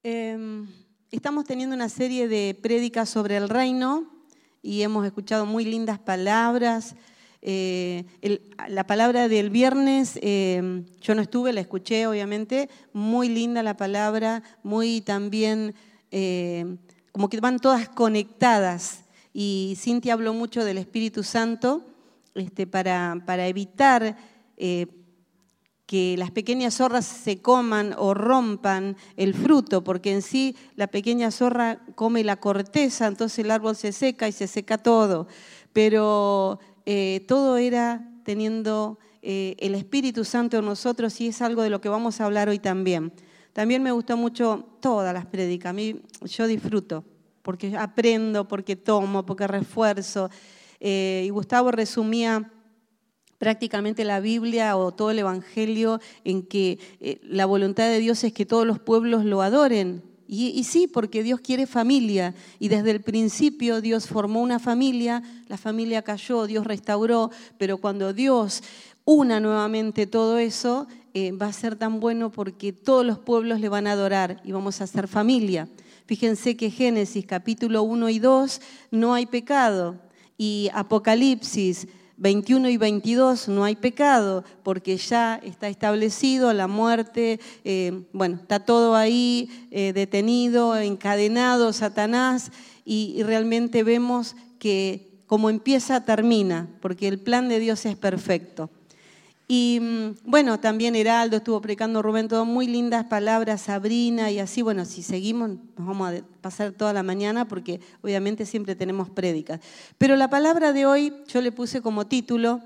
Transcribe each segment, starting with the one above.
Estamos teniendo una serie de prédicas sobre el reino y hemos escuchado muy lindas palabras. La palabra del viernes, yo no estuve, la escuché obviamente, muy linda la palabra, muy también, como que van todas conectadas. Y Cintia habló mucho del Espíritu Santo para evitar que las pequeñas zorras se coman o rompan el fruto, porque en sí la pequeña zorra come la corteza, entonces el árbol se seca y se seca todo. Pero todo era teniendo el Espíritu Santo en nosotros, y es algo de lo que vamos a hablar hoy también. También me gustó mucho todas las prédicas, a mí yo disfruto, porque aprendo, porque tomo, porque refuerzo. Y Gustavo resumía prácticamente la Biblia o todo el Evangelio en que la voluntad de Dios es que todos los pueblos lo adoren. Y sí, porque Dios quiere familia, y desde el principio Dios formó una familia, la familia cayó, Dios restauró, pero cuando Dios una nuevamente todo eso, va a ser tan bueno porque todos los pueblos le van a adorar y vamos a ser familia. Fíjense que Génesis capítulo 1 y 2 no hay pecado, y Apocalipsis 21 y 22 no hay pecado, porque ya está establecido la muerte, está todo ahí detenido, encadenado Satanás, y realmente vemos que como empieza, termina, porque el plan de Dios es perfecto. Y también Heraldo estuvo predicando, Rubén, todo muy lindas palabras, Sabrina, y así, si seguimos nos vamos a pasar toda la mañana porque obviamente siempre tenemos prédicas. Pero la palabra de hoy yo le puse como título,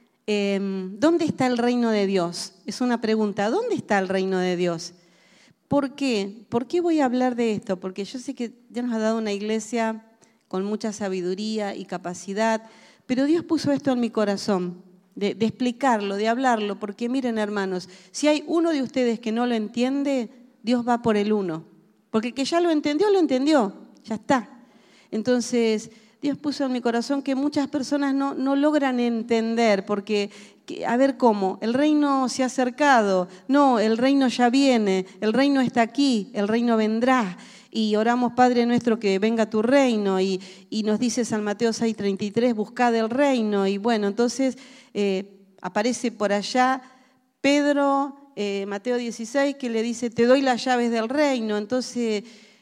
¿dónde está el reino de Dios? Es una pregunta, ¿dónde está el reino de Dios? ¿Por qué? ¿Por qué voy a hablar de esto? Porque yo sé que Dios nos ha dado una iglesia con mucha sabiduría y capacidad, pero Dios puso esto en mi corazón. De explicarlo, de hablarlo, porque miren hermanos, si hay uno de ustedes que no lo entiende, Dios va por el uno, porque el que ya lo entendió, ya está. Entonces Dios puso en mi corazón que muchas personas no logran entender, porque, a ver cómo, el reino se ha acercado, no, el reino ya viene, el reino está aquí, el reino vendrá. Y oramos, Padre nuestro, que venga tu reino, y nos dice San Mateo 6:33, buscad el reino. Y entonces aparece por allá Pedro, Mateo 16, que le dice, te doy las llaves del reino. Entonces,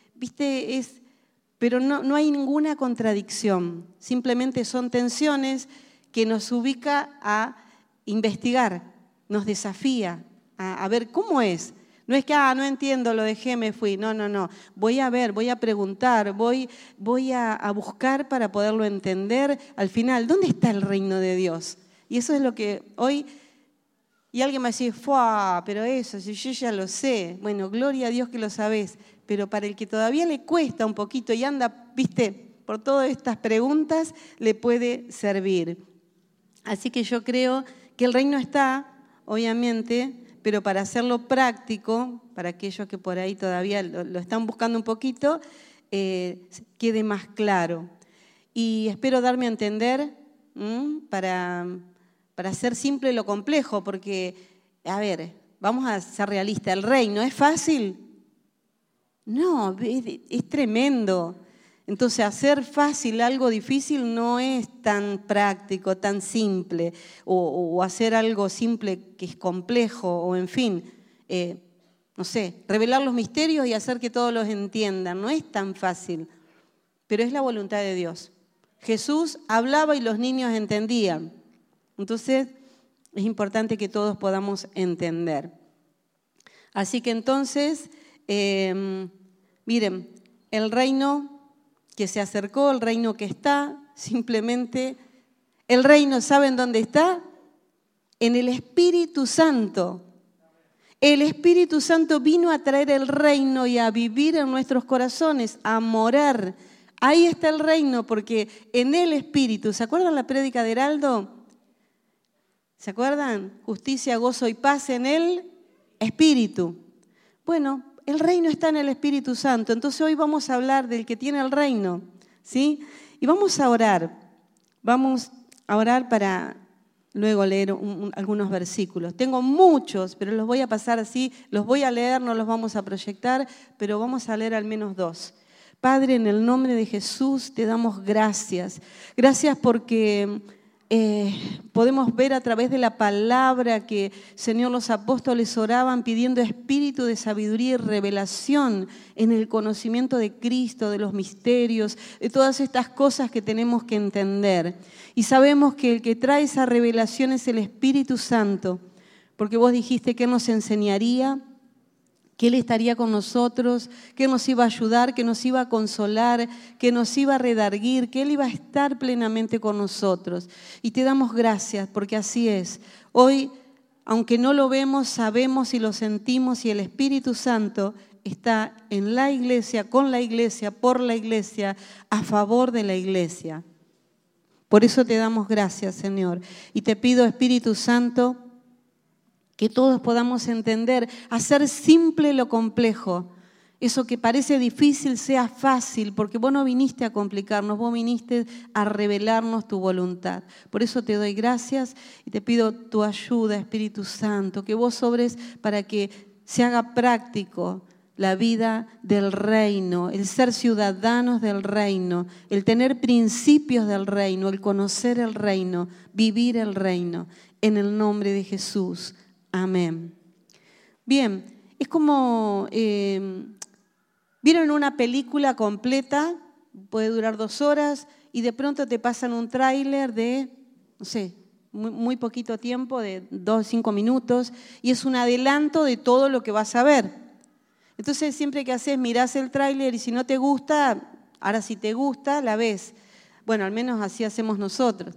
pero no hay ninguna contradicción, simplemente son tensiones que nos ubica a investigar, nos desafía a ver cómo es. No es que, no entiendo, lo dejé, me fui. No. Voy a ver, voy a preguntar, voy a buscar para poderlo entender. Al final, ¿dónde está el reino de Dios? Y eso es lo que hoy, y alguien me dice, pero eso, si yo ya lo sé. Bueno, gloria a Dios que lo sabés, pero para el que todavía le cuesta un poquito y anda, por todas estas preguntas, le puede servir. Así que yo creo que el reino está, obviamente, pero para hacerlo práctico, para aquellos que por ahí todavía lo están buscando un poquito, quede más claro. Y espero darme a entender para hacer simple lo complejo, porque, vamos a ser realistas, ¿el reino es fácil? No, es tremendo. Entonces, hacer fácil algo difícil no es tan práctico, tan simple, o hacer algo simple que es complejo, o en fin, revelar los misterios y hacer que todos los entiendan. No es tan fácil, pero es la voluntad de Dios. Jesús hablaba y los niños entendían. Entonces, es importante que todos podamos entender. Así que entonces, miren, el reino que se acercó, el reino que está, simplemente, el reino, ¿saben dónde está? En el Espíritu Santo. El Espíritu Santo vino a traer el reino y a vivir en nuestros corazones, a morar. Ahí está el reino, porque en el Espíritu, ¿se acuerdan la prédica de Heraldo? ¿Se acuerdan? Justicia, gozo y paz en el Espíritu. Bueno, el reino está en el Espíritu Santo. Entonces hoy vamos a hablar del que tiene el reino, ¿sí? Y vamos a orar. Vamos a orar para luego leer algunos versículos. Tengo muchos, pero los voy a pasar así, los voy a leer, no los vamos a proyectar, pero vamos a leer al menos 2. Padre, en el nombre de Jesús te damos gracias. Gracias porque podemos ver a través de la palabra que, Señor, los apóstoles oraban pidiendo espíritu de sabiduría y revelación en el conocimiento de Cristo, de los misterios, de todas estas cosas que tenemos que entender. Y sabemos que el que trae esa revelación es el Espíritu Santo, porque vos dijiste que nos enseñaría, que Él estaría con nosotros, que nos iba a ayudar, que nos iba a consolar, que nos iba a redarguir, que Él iba a estar plenamente con nosotros. Y te damos gracias porque así es. Hoy, aunque no lo vemos, sabemos y lo sentimos y el Espíritu Santo está en la iglesia, con la iglesia, por la iglesia, a favor de la iglesia. Por eso te damos gracias, Señor. Y te pido, Espíritu Santo, que todos podamos entender, hacer simple lo complejo. Eso que parece difícil sea fácil, porque vos no viniste a complicarnos, vos viniste a revelarnos tu voluntad. Por eso te doy gracias y te pido tu ayuda, Espíritu Santo, que vos obres para que se haga práctico la vida del reino, el ser ciudadanos del reino, el tener principios del reino, el conocer el reino, vivir el reino, en el nombre de Jesús. Amén. Bien, es como, ¿vieron una película completa? Puede durar 2 horas y de pronto te pasan un tráiler de, no sé, muy poquito tiempo, de 2 o 5 minutos, y es un adelanto de todo lo que vas a ver. Entonces siempre que haces, mirás el tráiler y si no te gusta, ahora si te gusta, la ves. Bueno, al menos así hacemos nosotros.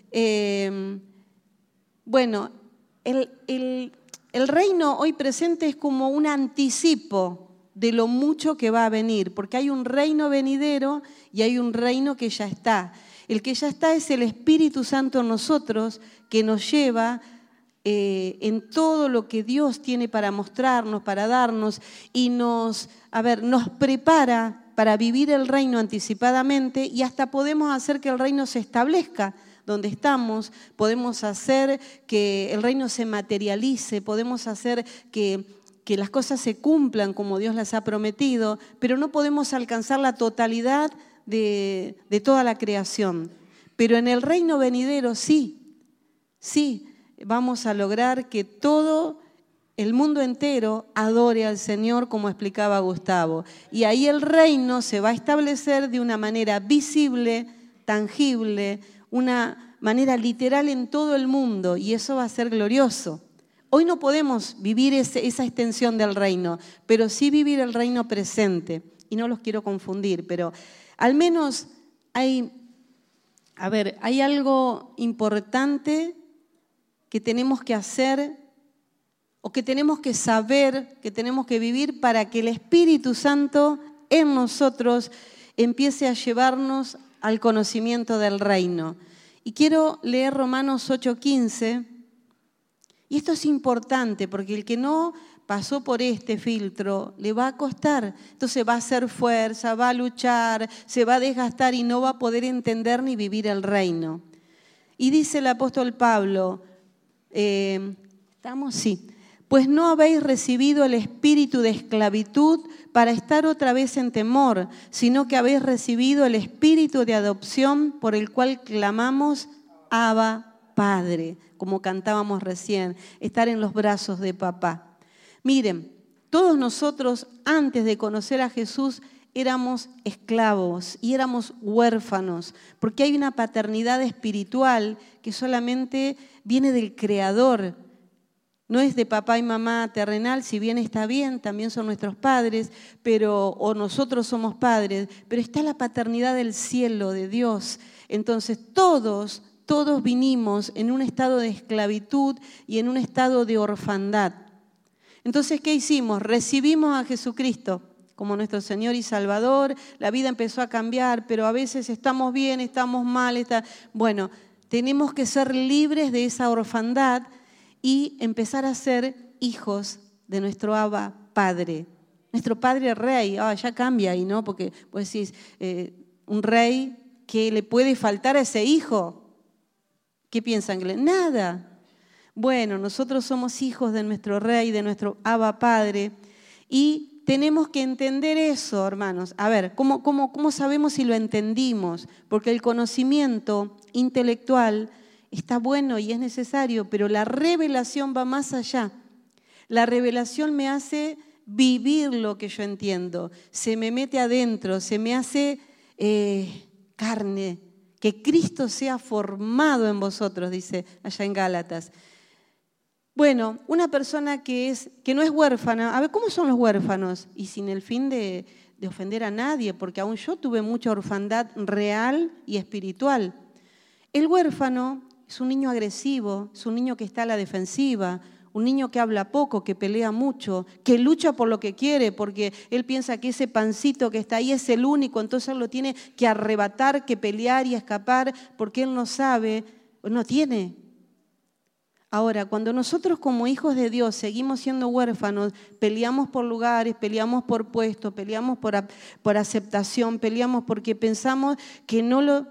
Bueno, el reino hoy presente es como un anticipo de lo mucho que va a venir, porque hay un reino venidero y hay un reino que ya está. El que ya está es el Espíritu Santo en nosotros, que nos lleva en todo lo que Dios tiene para mostrarnos, para darnos, y nos prepara para vivir el reino anticipadamente y hasta podemos hacer que el reino se establezca donde estamos, podemos hacer que el reino se materialice, podemos hacer que las cosas se cumplan como Dios las ha prometido, pero no podemos alcanzar la totalidad de toda la creación. Pero en el reino venidero sí, vamos a lograr que todo el mundo entero adore al Señor, como explicaba Gustavo. Y ahí el reino se va a establecer de una manera visible, tangible, una manera literal en todo el mundo, y eso va a ser glorioso. Hoy no podemos vivir esa extensión del reino, pero sí vivir el reino presente. Y no los quiero confundir, pero al menos hay algo importante que tenemos que hacer o que tenemos que saber, que tenemos que vivir para que el Espíritu Santo en nosotros empiece a llevarnos al conocimiento del reino. Y quiero leer Romanos 8:15, y esto es importante porque el que no pasó por este filtro le va a costar, entonces va a hacer fuerza, va a luchar, se va a desgastar y no va a poder entender ni vivir el reino. Y dice el apóstol Pablo, ¿estamos? Sí. Pues no habéis recibido el espíritu de esclavitud para estar otra vez en temor, sino que habéis recibido el espíritu de adopción por el cual clamamos, Abba, Padre, como cantábamos recién, estar en los brazos de papá. Miren, todos nosotros antes de conocer a Jesús éramos esclavos y éramos huérfanos, porque hay una paternidad espiritual que solamente viene del Creador. No es de papá y mamá terrenal, si bien está bien, también son nuestros padres, o nosotros somos padres, pero está la paternidad del cielo, de Dios. Entonces todos vinimos en un estado de esclavitud y en un estado de orfandad. Entonces, ¿qué hicimos? Recibimos a Jesucristo como nuestro Señor y Salvador, la vida empezó a cambiar, pero a veces estamos bien, estamos mal. Bueno, tenemos que ser libres de esa orfandad y empezar a ser hijos de nuestro Abba Padre. Nuestro Padre Rey, ya cambia ahí, ¿no? Porque vos decís, un rey, ¿qué le puede faltar a ese hijo? ¿Qué piensan? Nada. Bueno, nosotros somos hijos de nuestro Rey, de nuestro Abba Padre, y tenemos que entender eso, hermanos. A ver, ¿cómo sabemos si lo entendimos? Porque el conocimiento intelectual está bueno y es necesario, pero la revelación va más allá. La revelación me hace vivir lo que yo entiendo, se me mete adentro, se me hace carne, que Cristo sea formado en vosotros, dice allá en Gálatas. Bueno, una persona que no es huérfana, a ver, ¿cómo son los huérfanos? Y sin el fin de ofender a nadie, porque aún yo tuve mucha orfandad real y espiritual. El huérfano es un niño agresivo, es un niño que está a la defensiva, un niño que habla poco, que pelea mucho, que lucha por lo que quiere, porque él piensa que ese pancito que está ahí es el único, entonces él lo tiene que arrebatar, que pelear y escapar, porque él no sabe, no tiene. Ahora, cuando nosotros como hijos de Dios seguimos siendo huérfanos, peleamos por lugares, peleamos por puestos, peleamos por aceptación, peleamos porque pensamos que no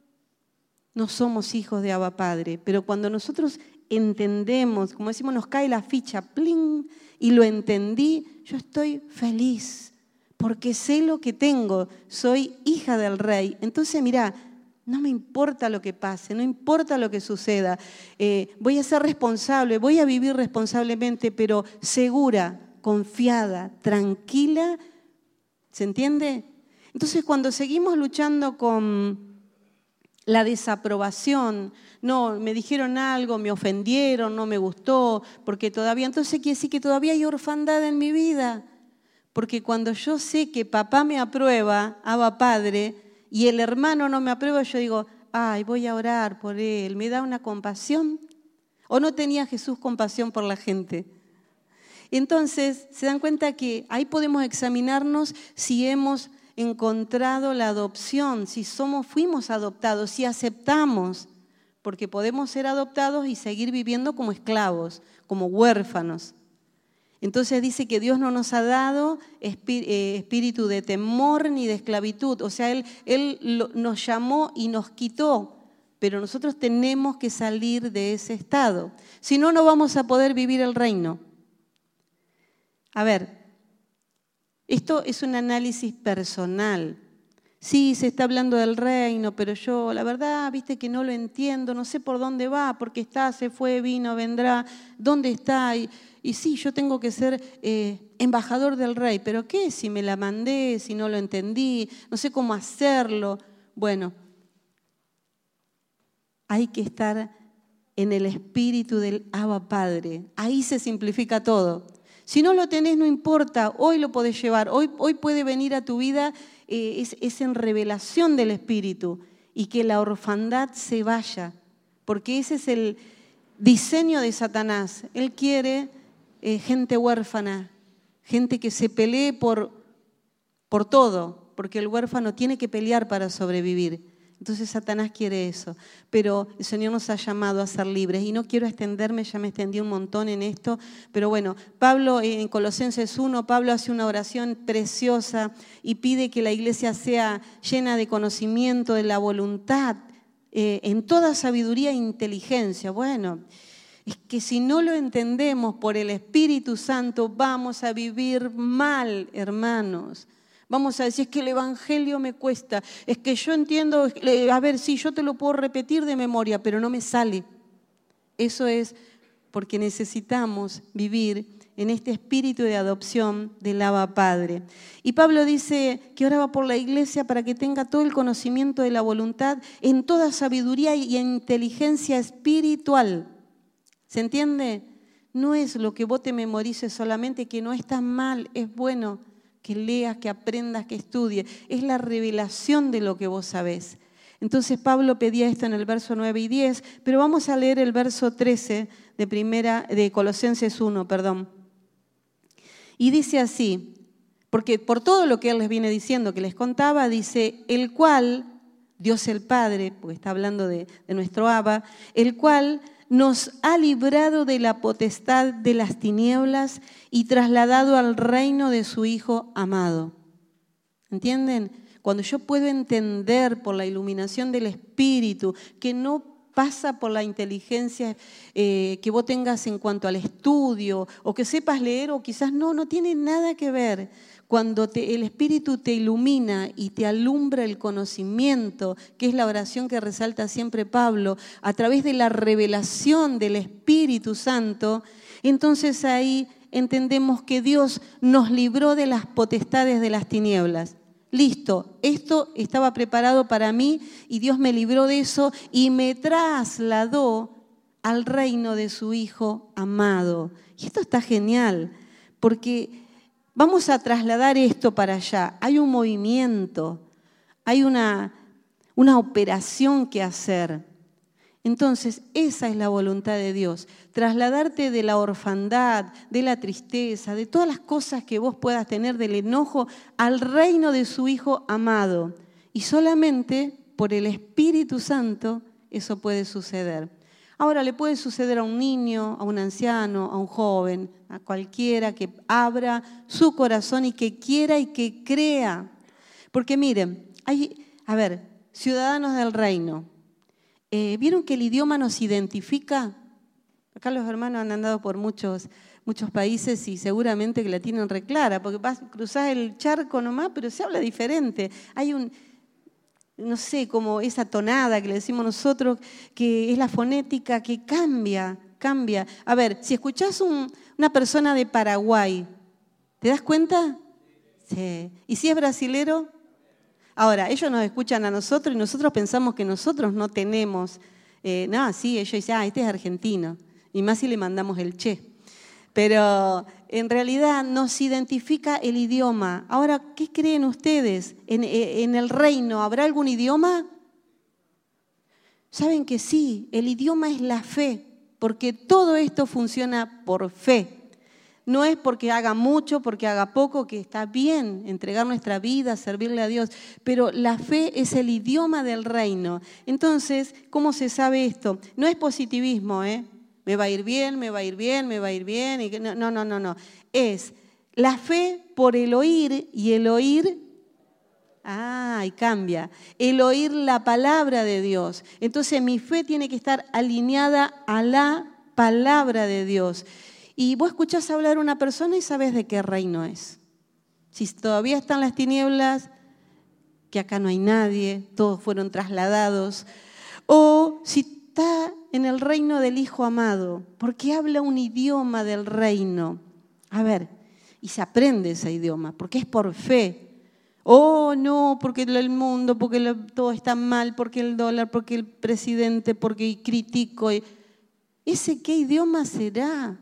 somos hijos de Abba Padre, pero cuando nosotros entendemos, como decimos, nos cae la ficha, ¡pling!, y lo entendí, yo estoy feliz, porque sé lo que tengo, soy hija del Rey. Entonces, mirá, no me importa lo que pase, no importa lo que suceda, voy a ser responsable, voy a vivir responsablemente, pero segura, confiada, tranquila, ¿se entiende? Entonces, cuando seguimos luchando con la desaprobación, no, me dijeron algo, me ofendieron, no me gustó, porque todavía, entonces quiere decir que todavía hay orfandad en mi vida, porque cuando yo sé que papá me aprueba, Abba Padre, y el hermano no me aprueba, yo digo, ay, voy a orar por él, me da una compasión. ¿O no tenía Jesús compasión por la gente? Entonces, se dan cuenta que ahí podemos examinarnos si hemos encontrado la adopción, si fuimos adoptados, si aceptamos, porque podemos ser adoptados y seguir viviendo como esclavos, como huérfanos. Entonces dice que Dios no nos ha dado espíritu de temor ni de esclavitud, o sea, Él nos llamó y nos quitó, pero nosotros tenemos que salir de ese estado, si no, no vamos a poder vivir el reino. A ver, esto es un análisis personal. Sí, se está hablando del reino, pero yo, la verdad, viste que no lo entiendo, no sé por dónde va, porque está, se fue, vino, vendrá, ¿dónde está? Y sí, yo tengo que ser embajador del rey, pero ¿qué? Si me la mandé, si no lo entendí, no sé cómo hacerlo. Bueno, hay que estar en el espíritu del Abba Padre, ahí se simplifica todo. Si no lo tenés, no importa, hoy lo podés llevar, hoy puede venir a tu vida, es en revelación del Espíritu y que la orfandad se vaya, porque ese es el diseño de Satanás. Él quiere gente huérfana, gente que se pelee por todo, porque el huérfano tiene que pelear para sobrevivir. Entonces Satanás quiere eso, pero el Señor nos ha llamado a ser libres y no quiero extenderme, ya me extendí un montón en esto, pero bueno, Pablo en Colosenses 1, Pablo hace una oración preciosa y pide que la iglesia sea llena de conocimiento de la voluntad, en toda sabiduría e inteligencia. Bueno, es que si no lo entendemos por el Espíritu Santo vamos a vivir mal, hermanos. Vamos a decir, es que el Evangelio me cuesta, es que yo entiendo, a ver, sí, yo te lo puedo repetir de memoria, pero no me sale. Eso es porque necesitamos vivir en este espíritu de adopción del Abba Padre. Y Pablo dice que oraba por la iglesia para que tenga todo el conocimiento de la voluntad en toda sabiduría y inteligencia espiritual. ¿Se entiende? No es lo que vos te memorices solamente, que no está mal, es bueno que leas, que aprendas, que estudies. Es la revelación de lo que vos sabés. Entonces Pablo pedía esto en el verso 9 y 10, pero vamos a leer el verso 13 de Colosenses 1, perdón. Y dice así, porque por todo lo que él les viene diciendo, que les contaba, dice, el cual, Dios el Padre, porque está hablando de nuestro Abba, el cual nos ha librado de la potestad de las tinieblas y trasladado al reino de su Hijo amado. ¿Entienden? Cuando yo puedo entender por la iluminación del Espíritu que no pasa por la inteligencia que vos tengas en cuanto al estudio, o que sepas leer, o quizás no tiene nada que ver. Cuando el Espíritu te ilumina y te alumbra el conocimiento, que es la oración que resalta siempre Pablo, a través de la revelación del Espíritu Santo, entonces ahí entendemos que Dios nos libró de las potestades de las tinieblas. Listo, esto estaba preparado para mí y Dios me libró de eso y me trasladó al reino de su Hijo amado. Y esto está genial, porque vamos a trasladar esto para allá. Hay un movimiento, hay una operación que hacer. Entonces, esa es la voluntad de Dios, trasladarte de la orfandad, de la tristeza, de todas las cosas que vos puedas tener, del enojo, al reino de su Hijo amado. Y solamente por el Espíritu Santo eso puede suceder. Ahora, le puede suceder a un niño, a un anciano, a un joven, a cualquiera que abra su corazón y que quiera y que crea. Porque miren, ciudadanos del reino. ¿Vieron que el idioma nos identifica? Acá los hermanos han andado por muchos países y seguramente que la tienen reclara, porque cruzás el charco nomás, pero se habla diferente. Hay no sé, como esa tonada que le decimos nosotros, que es la fonética que cambia. A ver, si escuchás una persona de Paraguay, ¿te das cuenta? Sí. ¿Y si es brasilero? Ahora, ellos nos escuchan a nosotros y nosotros pensamos que nosotros no tenemos. Sí, ellos dicen, este es argentino. Y más si le mandamos el che. Pero en realidad nos identifica el idioma. Ahora, ¿qué creen ustedes? ¿En el reino habrá algún idioma? Saben que sí, el idioma es la fe, porque todo esto funciona por fe. No es porque haga mucho, porque haga poco, que está bien entregar nuestra vida, servirle a Dios, pero la fe es el idioma del reino. Entonces, ¿cómo se sabe esto? No es positivismo, me va a ir bien, me va a ir bien, me va a ir bien. No. Es la fe por el oír y el oír, y cambia. El oír la palabra de Dios. Entonces mi fe tiene que estar alineada a la palabra de Dios. Y vos escuchás hablar a una persona y sabés de qué reino es. Si todavía están las tinieblas, que acá no hay nadie, todos fueron trasladados. O si está en el reino del Hijo amado, porque habla un idioma del reino. A ver, y se aprende ese idioma, porque es por fe. No, porque el mundo, porque todo está mal, porque el dólar, porque el presidente, porque critico. ¿Ese qué idioma será?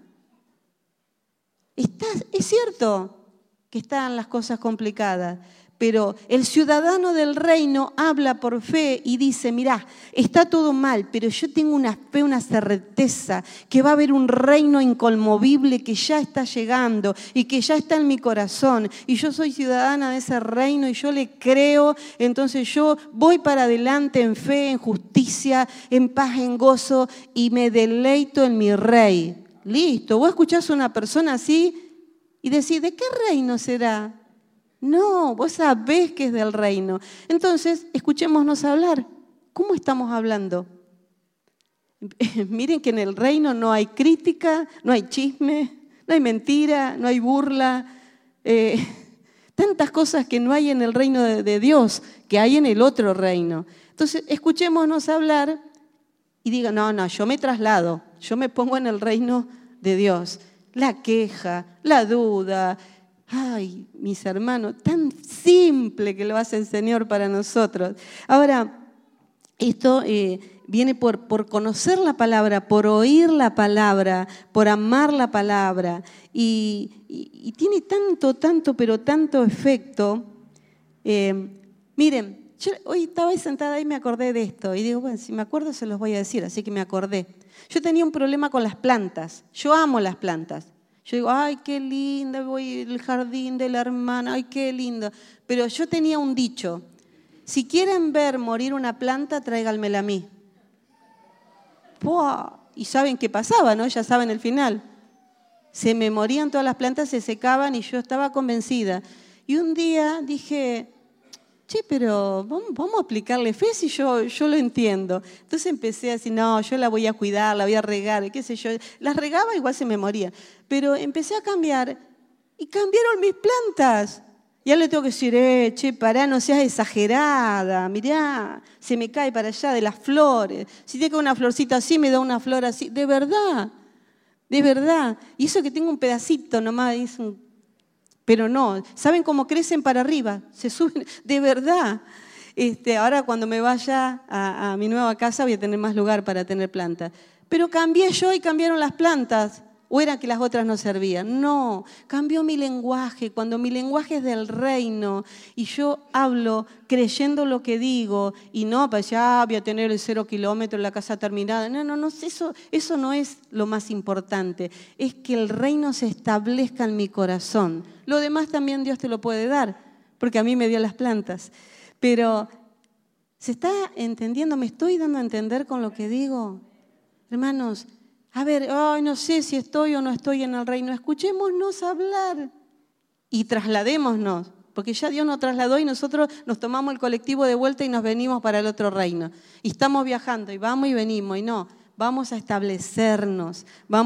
Es cierto que están las cosas complicadas, pero el ciudadano del reino habla por fe y dice, mirá, está todo mal, pero yo tengo una fe, una certeza que va a haber un reino inconmovible que ya está llegando y que ya está en mi corazón. Y yo soy ciudadana de ese reino y yo le creo, entonces yo voy para adelante en fe, en justicia, en paz, en gozo y me deleito en mi rey. Listo, vos escuchás a una persona así y decís, ¿de qué reino será? No, vos sabés que es del reino. Entonces, escuchémonos hablar. ¿Cómo estamos hablando? Miren que en el reino no hay crítica, no hay chisme, no hay mentira, no hay burla. Tantas cosas que no hay en el reino de Dios, que hay en el otro reino. Entonces, escuchémonos hablar y digan, no, yo me traslado, yo me pongo en el reino de Dios. La queja, la duda. Ay, mis hermanos, tan simple que lo hace el Señor para nosotros. Ahora, esto viene por conocer la palabra, por oír la palabra, por amar la palabra. Y tiene tanto efecto. Miren, yo hoy estaba sentada y me acordé de esto. Y digo, bueno, si me acuerdo se los voy a decir, así que me acordé. Yo tenía un problema con las plantas. Yo amo las plantas. Yo digo, ay, qué linda, voy al jardín de la hermana, ay, qué lindo. Pero yo tenía un dicho, si quieren ver morir una planta, tráiganmela a mí. ¡Puah! Y saben qué pasaba, ¿no? Ya saben el final. Se me morían todas las plantas, se secaban y yo estaba convencida. Y un día dije, che, pero vamos a aplicarle fe si yo lo entiendo. Entonces empecé a decir, no, yo la voy a cuidar, la voy a regar, qué sé yo. Las regaba, igual se me moría. Pero empecé a cambiar y cambiaron mis plantas. Ya le tengo que decir, che, pará, no seas exagerada, mirá, se me cae para allá de las flores. Si tiene una florcita así, me da una flor así. De verdad. Y eso que tengo un pedacito nomás, pero no. ¿Saben cómo crecen para arriba? Se suben, de verdad. Ahora cuando me vaya a mi nueva casa voy a tener más lugar para tener plantas. Pero cambié yo y cambiaron las plantas. ¿O era que las otras no servían? No, cambió mi lenguaje. Cuando mi lenguaje es del reino y yo hablo creyendo lo que digo y no, pues ya voy a tener el 0 kilómetro, la casa terminada. No, eso no es lo más importante. Es que el reino se establezca en mi corazón. Lo demás también Dios te lo puede dar, porque a mí me dio las plantas. Pero, ¿se está entendiendo? ¿Me estoy dando a entender con lo que digo? Hermanos, a ver, no sé si estoy o no estoy en el reino. Escuchémonos hablar y trasladémonos, porque ya Dios nos trasladó y nosotros nos tomamos el colectivo de vuelta y nos venimos para el otro reino. Y estamos viajando y vamos y venimos y no, vamos a establecernos.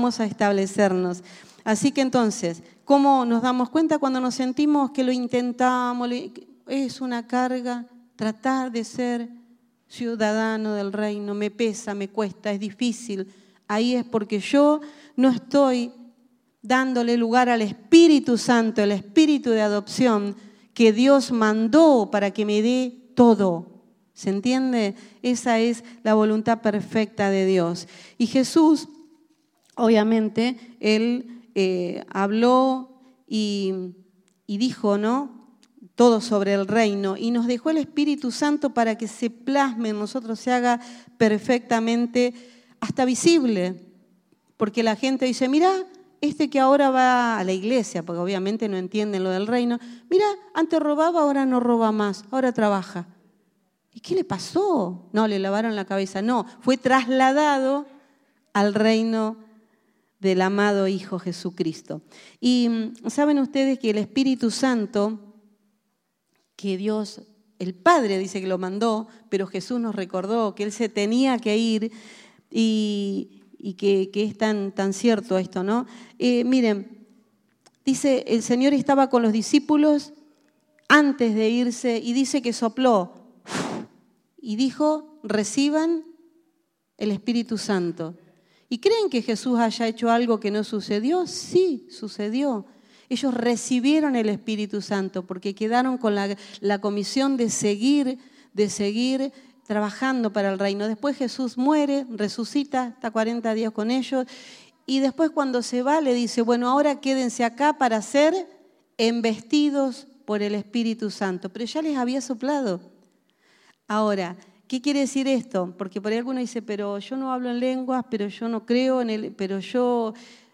Así que entonces, ¿cómo nos damos cuenta cuando nos sentimos que lo intentamos? Es una carga tratar de ser ciudadano del reino, me pesa, me cuesta, es difícil. Ahí es porque yo no estoy dándole lugar al Espíritu Santo, el Espíritu de adopción que Dios mandó para que me dé todo. ¿Se entiende? Esa es la voluntad perfecta de Dios. Y Jesús, obviamente, Él habló y dijo, ¿no?, todo sobre el reino y nos dejó el Espíritu Santo para que se plasme en nosotros, se haga perfectamente hasta visible, porque la gente dice, mira, que ahora va a la iglesia, porque obviamente no entienden lo del reino, mira, antes robaba, ahora no roba más, ahora trabaja. ¿Y qué le pasó? No, le lavaron la cabeza, no, fue trasladado al reino del amado Hijo Jesucristo. Y saben ustedes que el Espíritu Santo, que Dios, el Padre dice que lo mandó, pero Jesús nos recordó que Él se tenía que ir, y que es tan cierto esto, ¿no? Miren, dice, el Señor estaba con los discípulos antes de irse y dice que sopló y dijo, reciban el Espíritu Santo. ¿Y creen que Jesús haya hecho algo que no sucedió? Sí, sucedió. Ellos recibieron el Espíritu Santo porque quedaron con la comisión de seguir trabajando para el reino. Después Jesús muere, resucita, está 40 días con ellos y después cuando se va le dice, bueno, ahora quédense acá para ser embestidos por el Espíritu Santo. Pero ya les había soplado. Ahora, ¿qué quiere decir esto? Porque por ahí alguno dice, pero yo no hablo en lenguas, pero yo no creo en él, pero yo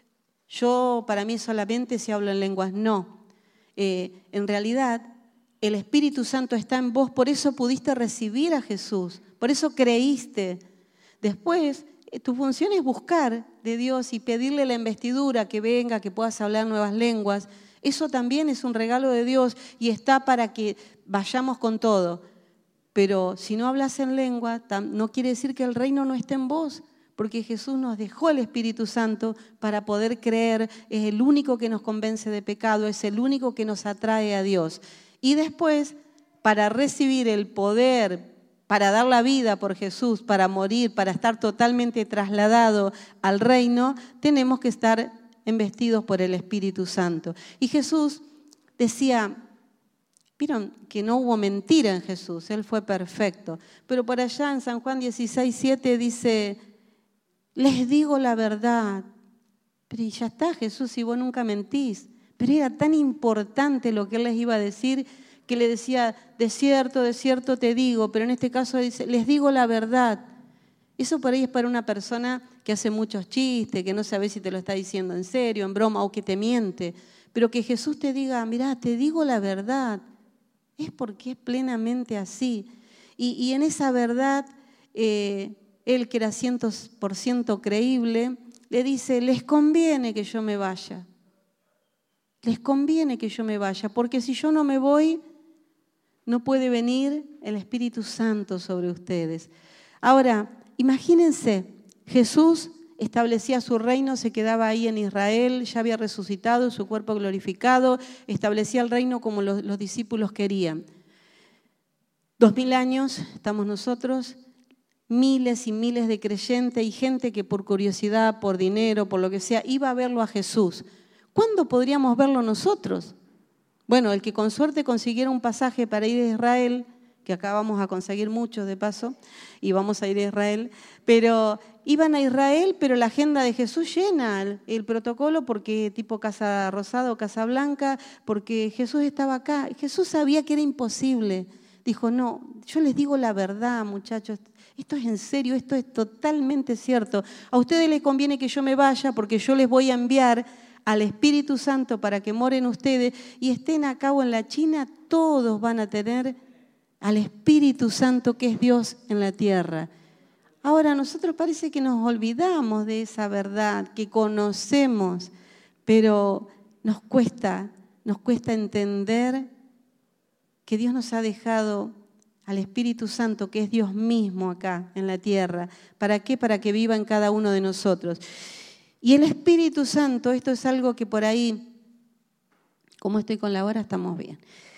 para mí solamente si hablo en lenguas. No, en realidad el Espíritu Santo está en vos, por eso pudiste recibir a Jesús, por eso creíste. Después, tu función es buscar de Dios y pedirle la investidura, que venga, que puedas hablar nuevas lenguas. Eso también es un regalo de Dios y está para que vayamos con todo. Pero si no hablas en lengua, no quiere decir que el reino no esté en vos, porque Jesús nos dejó el Espíritu Santo para poder creer, es el único que nos convence de pecado, es el único que nos atrae a Dios. Y después, para recibir el poder, para dar la vida por Jesús, para morir, para estar totalmente trasladado al reino, tenemos que estar embestidos por el Espíritu Santo. Y Jesús decía, vieron que no hubo mentira en Jesús, Él fue perfecto. Pero por allá en San Juan 16:7 dice, les digo la verdad. Pero y ya está, Jesús, si vos nunca mentís. Pero era tan importante lo que Él les iba a decir, que le decía, de cierto te digo, pero en este caso dice, les digo la verdad. Eso por ahí es para una persona que hace muchos chistes, que no sabe si te lo está diciendo en serio, en broma, o que te miente. Pero que Jesús te diga, mirá, te digo la verdad, es porque es plenamente así. Y en esa verdad, Él que era 100% creíble, le dice, les conviene que yo me vaya. Les conviene que yo me vaya, porque si yo no me voy, no puede venir el Espíritu Santo sobre ustedes. Ahora, imagínense, Jesús establecía su reino, se quedaba ahí en Israel, ya había resucitado, su cuerpo glorificado, establecía el reino como los discípulos querían. 2000 años estamos nosotros, miles y miles de creyentes y gente que por curiosidad, por dinero, por lo que sea, iba a verlo a Jesús. ¿Cuándo podríamos verlo nosotros? Bueno, el que con suerte consiguiera un pasaje para ir a Israel, que acá vamos a conseguir muchos de paso, y vamos a ir a Israel, pero iban a Israel, pero la agenda de Jesús llena, el protocolo, porque tipo Casa Rosada o Casa Blanca, porque Jesús estaba acá. Jesús sabía que era imposible. Dijo, no, yo les digo la verdad, muchachos, esto es en serio, esto es totalmente cierto. A ustedes les conviene que yo me vaya porque yo les voy a enviar al Espíritu Santo para que moren ustedes y estén acá o en la China, todos van a tener al Espíritu Santo que es Dios en la tierra. Ahora, nosotros parece que nos olvidamos de esa verdad, que conocemos, pero nos cuesta entender que Dios nos ha dejado al Espíritu Santo, que es Dios mismo acá en la tierra. ¿Para qué? Para que viva en cada uno de nosotros. Y el Espíritu Santo, esto es algo que por ahí, como estoy con la hora, estamos bien.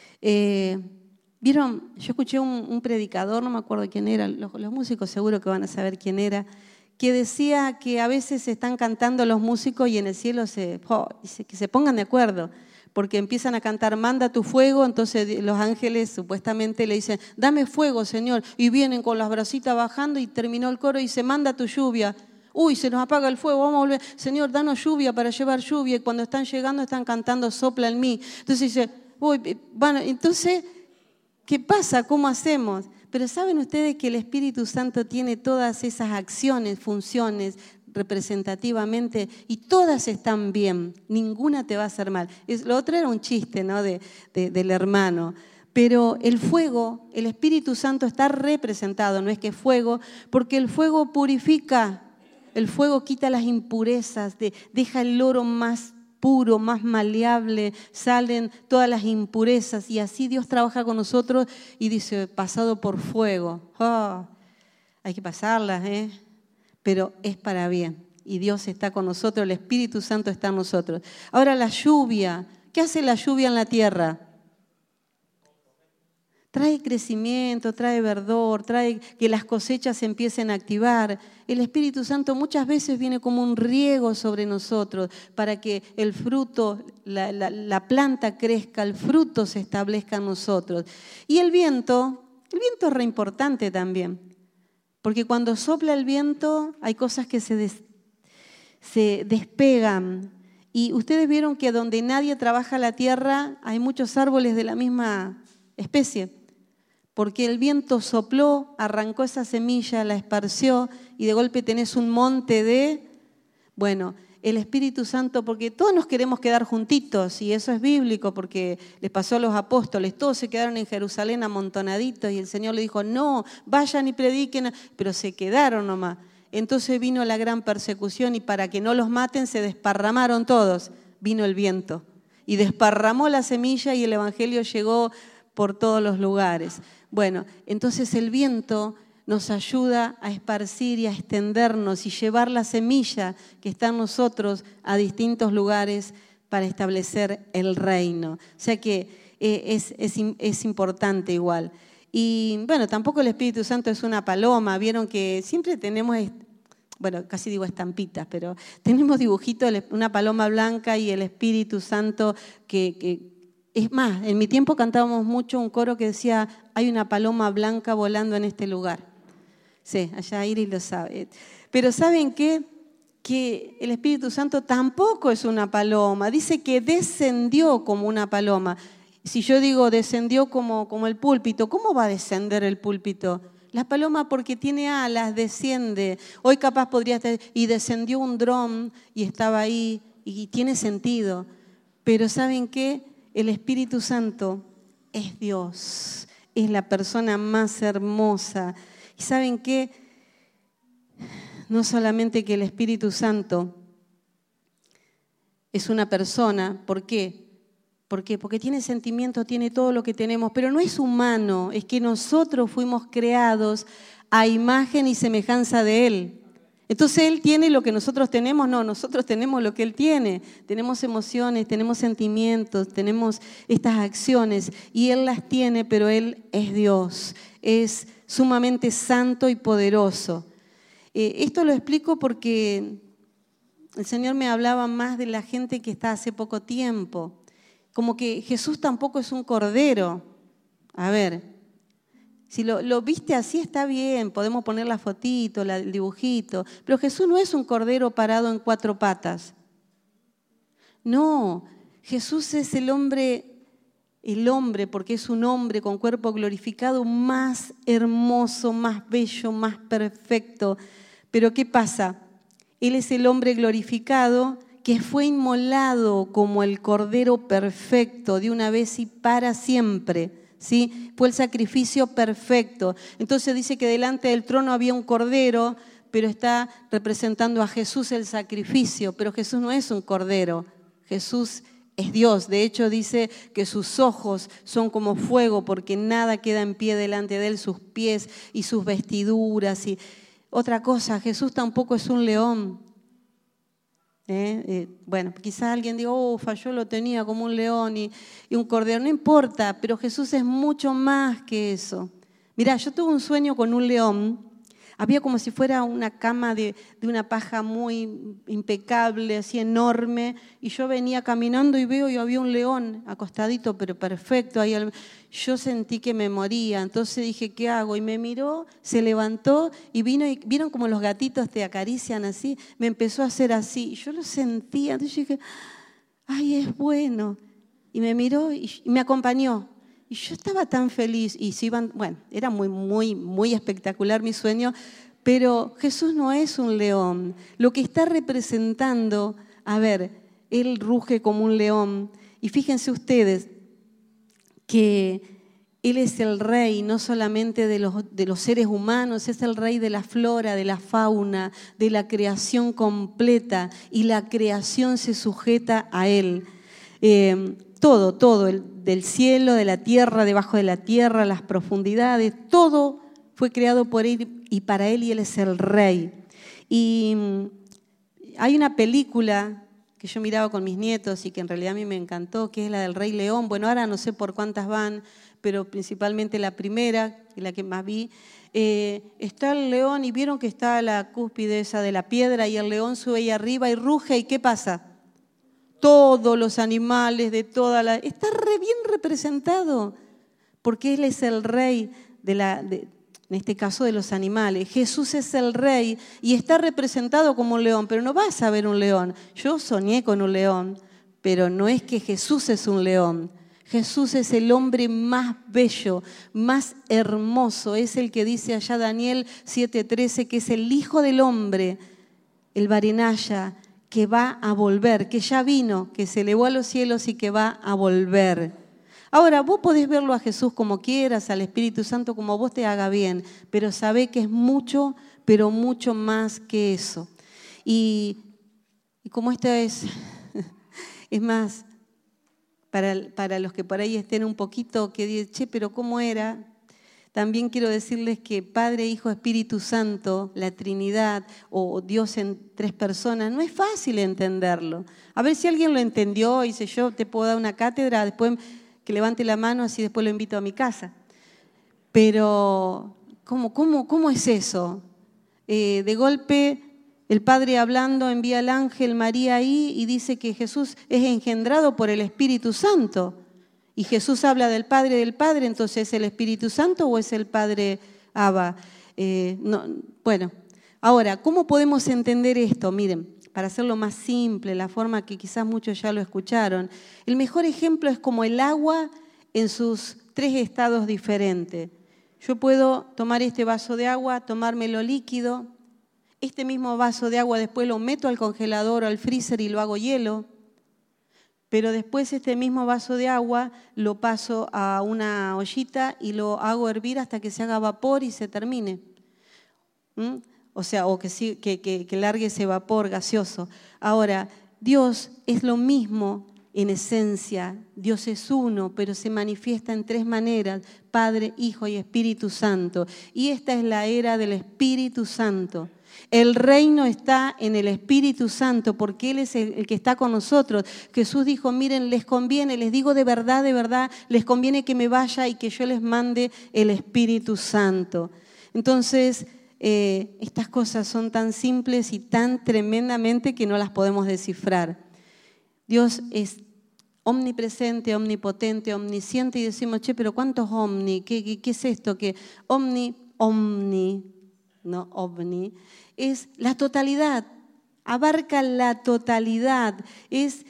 ¿Vieron? Yo escuché un predicador, no me acuerdo quién era, los músicos seguro que van a saber quién era, que decía que a veces están cantando los músicos y en el cielo dice que se pongan de acuerdo, porque empiezan a cantar, manda tu fuego, entonces los ángeles supuestamente le dicen, dame fuego, Señor, y vienen con las bracitas bajando y terminó el coro y dice, manda tu lluvia. Uy, se nos apaga el fuego, vamos a volver. Señor, danos lluvia para llevar lluvia. Y cuando están llegando están cantando, sopla en mí. Entonces dice, uy, bueno, entonces, ¿qué pasa? ¿Cómo hacemos? Pero ¿saben ustedes que el Espíritu Santo tiene todas esas acciones, funciones representativamente y todas están bien? Ninguna te va a hacer mal. Lo otro era un chiste, ¿no? del hermano. Pero el fuego, el Espíritu Santo está representado, no es que fuego, porque el fuego purifica. El fuego quita las impurezas, deja el oro más puro, más maleable, salen todas las impurezas y así Dios trabaja con nosotros y dice, pasado por fuego. Oh, hay que pasarlas, pero es para bien y Dios está con nosotros, el Espíritu Santo está en nosotros. Ahora la lluvia, ¿qué hace la lluvia en la tierra? Trae crecimiento, trae verdor, trae que las cosechas se empiecen a activar. El Espíritu Santo muchas veces viene como un riego sobre nosotros para que el fruto, la planta crezca, el fruto se establezca en nosotros. Y el viento es re importante también, porque cuando sopla el viento hay cosas que se despegan. Y ustedes vieron que donde nadie trabaja la tierra hay muchos árboles de la misma especie. Porque el viento sopló, arrancó esa semilla, la esparció y de golpe tenés un monte bueno, el Espíritu Santo, porque todos nos queremos quedar juntitos y eso es bíblico porque les pasó a los apóstoles, todos se quedaron en Jerusalén amontonaditos y el Señor le dijo, no, vayan y prediquen, pero se quedaron nomás. Entonces vino la gran persecución y para que no los maten se desparramaron todos, vino el viento y desparramó la semilla y el Evangelio llegó por todos los lugares. Bueno, entonces el viento nos ayuda a esparcir y a extendernos y llevar la semilla que está en nosotros a distintos lugares para establecer el reino. O sea que es importante igual. Y bueno, tampoco el Espíritu Santo es una paloma. Vieron que siempre tenemos, bueno, casi digo estampitas, pero tenemos dibujitos, una paloma blanca y el Espíritu Santo que es más, en mi tiempo cantábamos mucho un coro que decía, hay una paloma blanca volando en este lugar. Sí, allá Iris lo sabe. Pero ¿saben qué? Que el Espíritu Santo tampoco es una paloma. Dice que descendió como una paloma. Si yo digo descendió como el púlpito, ¿cómo va a descender el púlpito? La paloma porque tiene alas, desciende. Hoy capaz podría estar, y descendió un dron y estaba ahí, y tiene sentido. Pero ¿saben qué? El Espíritu Santo es Dios, es la persona más hermosa. ¿Y saben qué? No solamente que el Espíritu Santo es una persona, ¿por qué? ¿Por qué? Porque tiene sentimientos, tiene todo lo que tenemos, pero no es humano, es que nosotros fuimos creados a imagen y semejanza de Él. Entonces Él tiene lo que nosotros tenemos, no, nosotros tenemos lo que Él tiene. Tenemos emociones, tenemos sentimientos, tenemos estas acciones y Él las tiene, pero Él es Dios, es sumamente santo y poderoso. Esto lo explico porque el Señor me hablaba más de la gente que está hace poco tiempo. Como que Jesús tampoco es un cordero. A ver, si lo viste así está bien, podemos poner la fotito, el dibujito, pero Jesús no es un cordero parado en 4 patas. No, Jesús es el hombre, porque es un hombre con cuerpo glorificado más hermoso, más bello, más perfecto. Pero ¿qué pasa? Él es el hombre glorificado que fue inmolado como el cordero perfecto de una vez y para siempre, ¿sí? Fue el sacrificio perfecto. Entonces dice que delante del trono había un cordero, pero está representando a Jesús el sacrificio. Pero Jesús no es un cordero, Jesús es Dios. De hecho dice que sus ojos son como fuego porque nada queda en pie delante de él, sus pies y sus vestiduras. Y otra cosa, Jesús tampoco es un león. Bueno, quizás alguien diga, yo lo tenía como un león y un cordero, no importa, pero Jesús es mucho más que eso. Mirá, yo tuve un sueño con un león, había como si fuera una cama de una paja muy impecable, así enorme, y yo venía caminando y veo y había un león acostadito, pero perfecto. Ahí yo sentí que me moría, entonces dije, ¿qué hago? Y me miró, se levantó y vino, y vieron como los gatitos te acarician así, me empezó a hacer así, y yo lo sentía, entonces dije, ay, es bueno. Y me miró y me acompañó. Y yo estaba tan feliz y se iban, bueno, era muy, muy, muy espectacular mi sueño, pero Jesús no es un león. Lo que está representando, a ver, Él ruge como un león. Y fíjense ustedes que Él es el rey no solamente de los seres humanos, es el rey de la flora, de la fauna, de la creación completa, y la creación se sujeta a Él. Todo, del cielo, de la tierra, debajo de la tierra, las profundidades, todo fue creado por Él y para Él, y Él es el rey. Y hay una película que yo miraba con mis nietos y que en realidad a mí me encantó, que es la del Rey León. Bueno, ahora no sé por cuántas van, pero principalmente la primera, la que más vi. Está el león y vieron que está la cúspide esa de la piedra y el león sube ahí arriba y ruge, ¿y qué pasa? Todos los animales de toda la... Está bien representado, porque Él es el rey en este caso de los animales. Jesús es el rey y está representado como un león, pero no vas a ver un león. Yo soñé con un león, pero no es que Jesús es un león. Jesús es el hombre más bello, más hermoso. Es el que dice allá Daniel 7:13, que es el Hijo del Hombre, el Barenaya, que va a volver, que ya vino, que se elevó a los cielos y que va a volver. Ahora, vos podés verlo a Jesús como quieras, al Espíritu Santo como vos te haga bien, pero sabé que es mucho, pero mucho más que eso. Y como esta es más, para los que por ahí estén un poquito, que dicen, pero ¿cómo era? También quiero decirles que Padre, Hijo, Espíritu Santo, la Trinidad o Dios en 3 personas, no es fácil entenderlo. A ver si alguien lo entendió y dice, yo te puedo dar una cátedra, después que levante la mano, así después lo invito a mi casa. Pero, ¿cómo es eso? De golpe, el Padre hablando envía al ángel María ahí y dice que Jesús es engendrado por el Espíritu Santo. Y Jesús habla del Padre, entonces ¿es el Espíritu Santo o es el Padre Abba? Bueno, ahora, ¿cómo podemos entender esto? Miren, para hacerlo más simple, la forma que quizás muchos ya lo escucharon, el mejor ejemplo es como el agua en sus 3 estados diferentes. Yo puedo tomar este vaso de agua, tomármelo líquido, este mismo vaso de agua después lo meto al congelador o al freezer y lo hago hielo, pero después este mismo vaso de agua lo paso a una ollita y lo hago hervir hasta que se haga vapor y se termine. O sea, que largue ese vapor gaseoso. Ahora, Dios es lo mismo en esencia. Dios es uno, pero se manifiesta en tres maneras: Padre, Hijo y Espíritu Santo. Y esta es la era del Espíritu Santo. El reino está en el Espíritu Santo porque Él es el que está con nosotros. Jesús dijo, miren, les conviene, les digo de verdad, les conviene que me vaya y que yo les mande el Espíritu Santo. Entonces, estas cosas son tan simples y tan tremendamente que no las podemos descifrar. Dios es omnipresente, omnipotente, omnisciente y decimos, pero ¿cuántos omni? ¿Qué es esto? Que omni, no ovni, es la totalidad, abarca la totalidad, es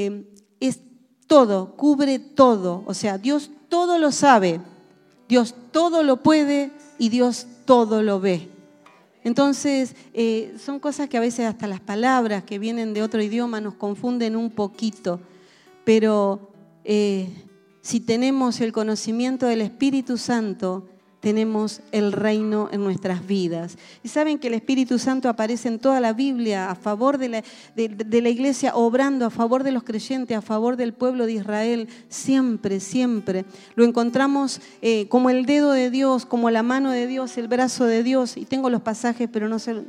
todo, cubre todo. O sea, Dios todo lo sabe, Dios todo lo puede y Dios todo lo ve. Entonces, son cosas que a veces hasta las palabras que vienen de otro idioma nos confunden un poquito, pero si tenemos el conocimiento del Espíritu Santo, tenemos el reino en nuestras vidas. Y saben que el Espíritu Santo aparece en toda la Biblia a favor de la iglesia, obrando a favor de los creyentes, a favor del pueblo de Israel, siempre, siempre. Lo encontramos como el dedo de Dios, como la mano de Dios, el brazo de Dios. Y tengo los pasajes, pero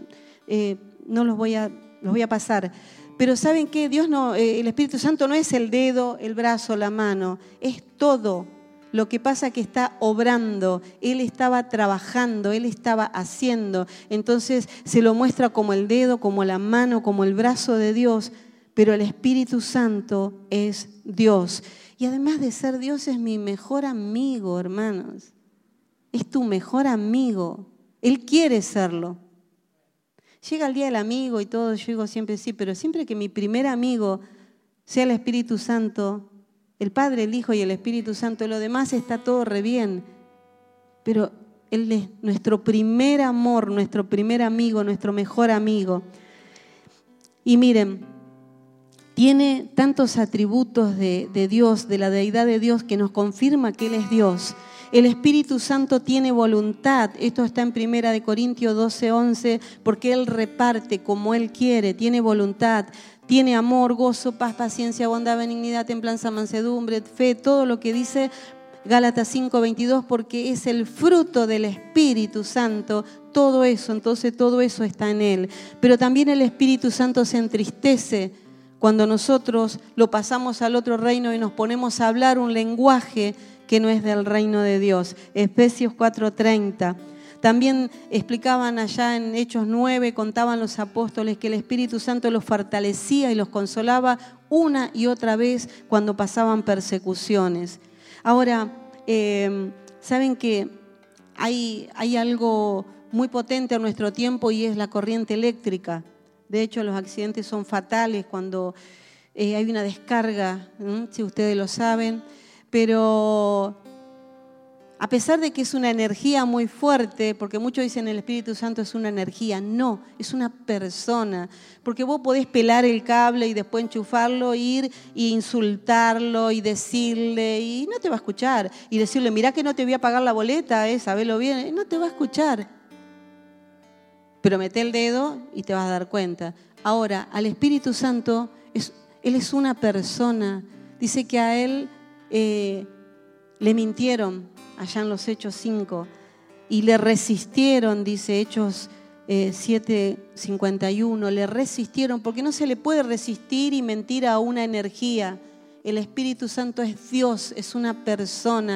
no los voy a pasar. Pero ¿saben qué? El Espíritu Santo no es el dedo, el brazo, la mano, es todo. Lo que pasa es que está obrando, Él estaba trabajando, Él estaba haciendo. Entonces se lo muestra como el dedo, como la mano, como el brazo de Dios. Pero el Espíritu Santo es Dios. Y además de ser Dios, es mi mejor amigo, hermanos. Es tu mejor amigo. Él quiere serlo. Llega el día del amigo y todo, yo digo siempre sí, pero siempre que mi primer amigo sea el Espíritu Santo, el Padre, el Hijo y el Espíritu Santo, lo demás está todo re bien. Pero Él es nuestro primer amor, nuestro primer amigo, nuestro mejor amigo. Y miren, tiene tantos atributos de Dios, de la deidad de Dios, que nos confirma que Él es Dios. El Espíritu Santo tiene voluntad. Esto está en 1 Corintios 12:11, porque Él reparte como Él quiere, tiene voluntad. Tiene amor, gozo, paz, paciencia, bondad, benignidad, templanza, mansedumbre, fe, todo lo que dice Gálatas 5:22, porque es el fruto del Espíritu Santo, todo eso, entonces todo eso está en Él. Pero también el Espíritu Santo se entristece cuando nosotros lo pasamos al otro reino y nos ponemos a hablar un lenguaje que no es del reino de Dios. Efesios 4:30. También explicaban allá en Hechos 9, contaban los apóstoles que el Espíritu Santo los fortalecía y los consolaba una y otra vez cuando pasaban persecuciones. Ahora, saben que hay algo muy potente en nuestro tiempo y es la corriente eléctrica. De hecho, los accidentes son fatales cuando hay una descarga, si ustedes lo saben, pero a pesar de que es una energía muy fuerte, porque muchos dicen el Espíritu Santo es una energía, no, es una persona. Porque vos podés pelar el cable y después enchufarlo, ir e insultarlo y decirle, y no te va a escuchar. Y decirle, mirá que no te voy a pagar la boleta, sabelo bien, no te va a escuchar. Pero mete el dedo y te vas a dar cuenta. Ahora, al Espíritu Santo, Él es una persona. Dice que a Él le mintieron. Allá en los Hechos 5, y le resistieron, dice Hechos 7:51, le resistieron, porque no se le puede resistir y mentir a una energía. El Espíritu Santo es Dios, es una persona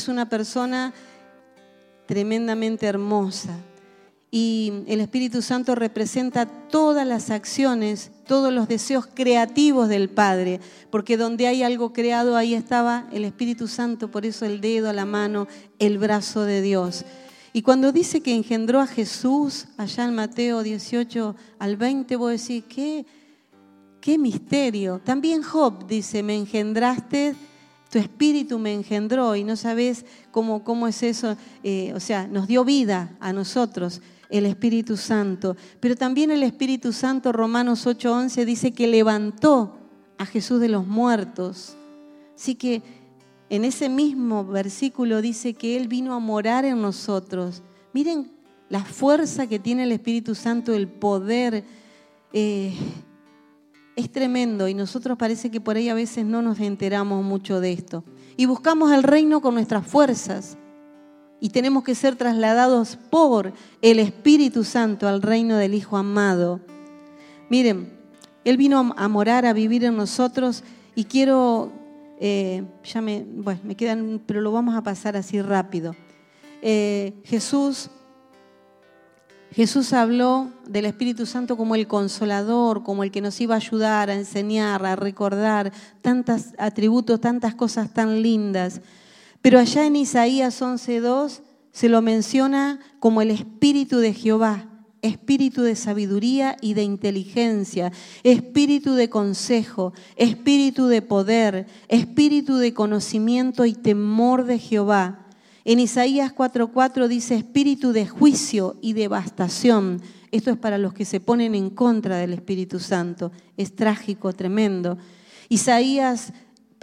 tremendamente hermosa. Y el Espíritu Santo representa todas las acciones, todos los deseos creativos del Padre, porque donde hay algo creado, ahí estaba el Espíritu Santo, por eso el dedo, la mano, el brazo de Dios. Y cuando dice que engendró a Jesús, allá en Mateo 18-20, vos decís, qué misterio. También Job dice, me engendraste, tu espíritu me engendró, y no sabés cómo es eso, o sea, nos dio vida a nosotros. El Espíritu Santo. Pero también el Espíritu Santo, Romanos 8:11, dice que levantó a Jesús de los muertos. Así que en ese mismo versículo dice que Él vino a morar en nosotros. Miren la fuerza que tiene el Espíritu Santo, el poder. Es tremendo y nosotros parece que por ahí a veces no nos enteramos mucho de esto. Y buscamos el reino con nuestras fuerzas y tenemos que ser trasladados por el Espíritu Santo al reino del Hijo amado. Miren, Él vino a morar, a vivir en nosotros y quiero, me quedan, pero lo vamos a pasar así rápido. Jesús habló del Espíritu Santo como el consolador, como el que nos iba a ayudar, a enseñar, a recordar tantos atributos, tantas cosas tan lindas. Pero allá en Isaías 11:2 se lo menciona como el Espíritu de Jehová, espíritu de sabiduría y de inteligencia, espíritu de consejo, espíritu de poder, espíritu de conocimiento y temor de Jehová. En Isaías 4:4 dice espíritu de juicio y devastación. Esto es para los que se ponen en contra del Espíritu Santo. Es trágico, tremendo. Zacarías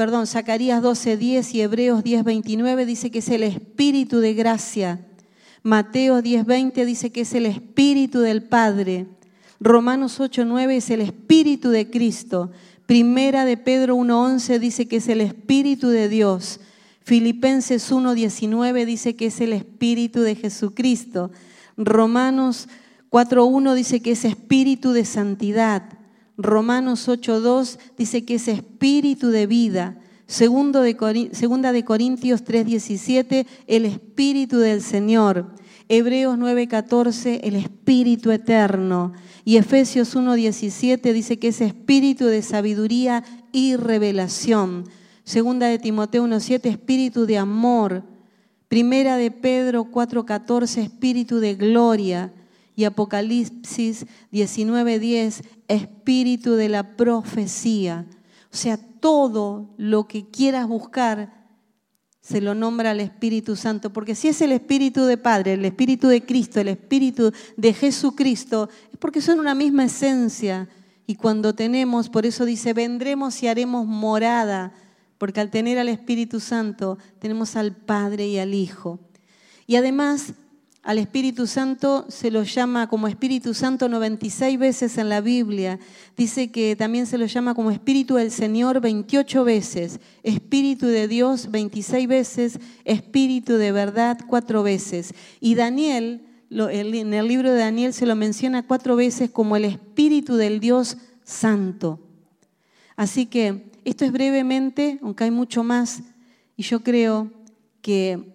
12:10 y Hebreos 10:29 dice que es el espíritu de gracia. Mateo 10:20 dice que es el espíritu del Padre. Romanos 8:9 es el espíritu de Cristo. Primera de Pedro 1:11 dice que es el espíritu de Dios. Filipenses 1:19 dice que es el Espíritu de Jesucristo. Romanos 4:1 dice que es Espíritu de santidad. Romanos 8:2 dice que es Espíritu de vida. Segunda de Corintios 3:17, el Espíritu del Señor. Hebreos 9:14, el Espíritu eterno. Y Efesios 1:17 dice que es Espíritu de sabiduría y revelación. Segunda de Timoteo 1:7, espíritu de amor. Primera de Pedro 4:14, espíritu de gloria. Y Apocalipsis 19:10, espíritu de la profecía. O sea, todo lo que quieras buscar se lo nombra al Espíritu Santo. Porque si es el Espíritu de Padre, el Espíritu de Cristo, el Espíritu de Jesucristo, es porque son una misma esencia. Y cuando tenemos, por eso dice, vendremos y haremos morada. Porque al tener al Espíritu Santo tenemos al Padre y al Hijo. Y además al Espíritu Santo se lo llama como Espíritu Santo 96 veces en la Biblia. Dice que también se lo llama como Espíritu del Señor 28 veces, Espíritu de Dios 26 veces, Espíritu de verdad 4 veces. Y Daniel, en el libro de Daniel se lo menciona 4 veces como el Espíritu del Dios Santo. Así que esto es brevemente, aunque hay mucho más, y yo creo que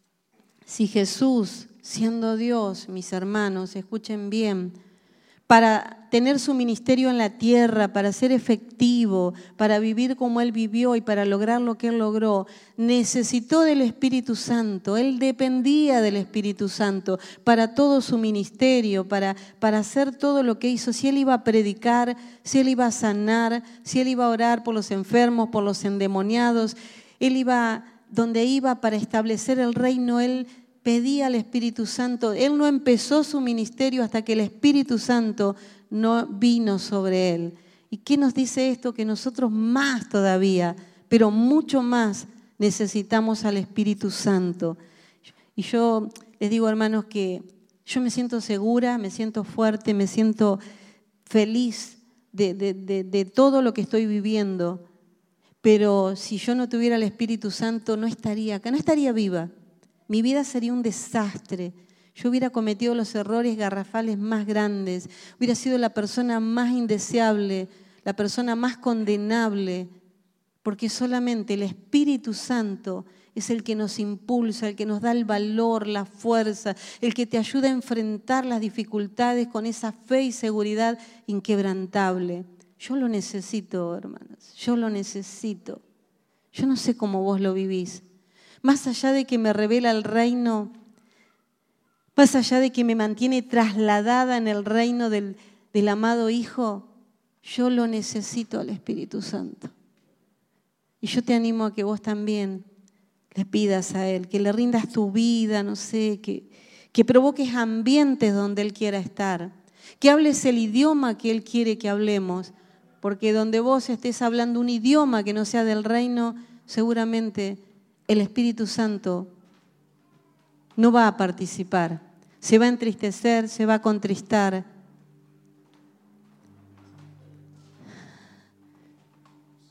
si Jesús, siendo Dios, mis hermanos, escuchen bien, para tener su ministerio en la tierra, para ser efectivo, para vivir como Él vivió y para lograr lo que Él logró, necesitó del Espíritu Santo. Él dependía del Espíritu Santo para todo su ministerio, para hacer todo lo que hizo. Si Él iba a predicar, si Él iba a sanar, si Él iba a orar por los enfermos, por los endemoniados, Él iba donde iba para establecer el reino, Él pedía al Espíritu Santo. Él no empezó su ministerio hasta que el Espíritu Santo no vino sobre Él. ¿Y qué nos dice esto? Que nosotros más todavía, pero mucho más, necesitamos al Espíritu Santo. Y yo les digo, hermanos, que yo me siento segura, me siento fuerte, me siento feliz de todo lo que estoy viviendo. Pero si yo no tuviera el Espíritu Santo, no estaría acá, no estaría viva. Mi vida sería un desastre. Yo hubiera cometido los errores garrafales más grandes. Hubiera sido la persona más indeseable, la persona más condenable. Porque solamente el Espíritu Santo es el que nos impulsa, el que nos da el valor, la fuerza, el que te ayuda a enfrentar las dificultades con esa fe y seguridad inquebrantable. Yo lo necesito, hermanos. Yo lo necesito. Yo no sé cómo vos lo vivís. Más allá de que me revela el reino, más allá de que me mantiene trasladada en el reino del amado Hijo, yo lo necesito al Espíritu Santo. Y yo te animo a que vos también le pidas a Él, que le rindas tu vida, no sé, que provoques ambientes donde Él quiera estar, que hables el idioma que Él quiere que hablemos, porque donde vos estés hablando un idioma que no sea del reino, seguramente el Espíritu Santo no va a participar, se va a entristecer, se va a contristar.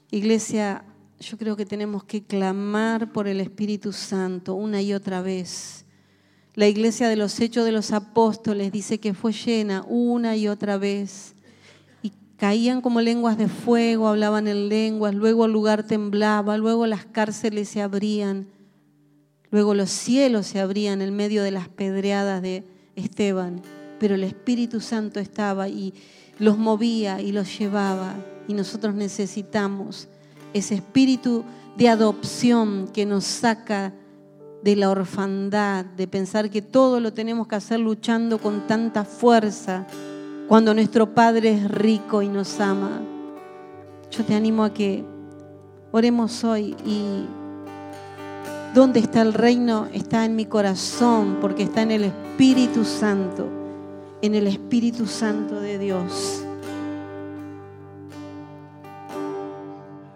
Iglesia, yo creo que tenemos que clamar por el Espíritu Santo una y otra vez. La iglesia de los Hechos de los Apóstoles dice que fue llena una y otra vez. Y caían como lenguas de fuego, hablaban en lenguas, luego el lugar temblaba, luego las cárceles se abrían, luego los cielos se abrían en medio de las pedreadas de Esteban. Pero el Espíritu Santo estaba y los movía y los llevaba. Y nosotros necesitamos ese espíritu de adopción que nos saca de la orfandad, de pensar que todo lo tenemos que hacer luchando con tanta fuerza, cuando nuestro Padre es rico y nos ama. Yo te animo a que oremos hoy. Y ¿dónde está el reino? Está en mi corazón, porque está en el Espíritu Santo, en el Espíritu Santo de Dios.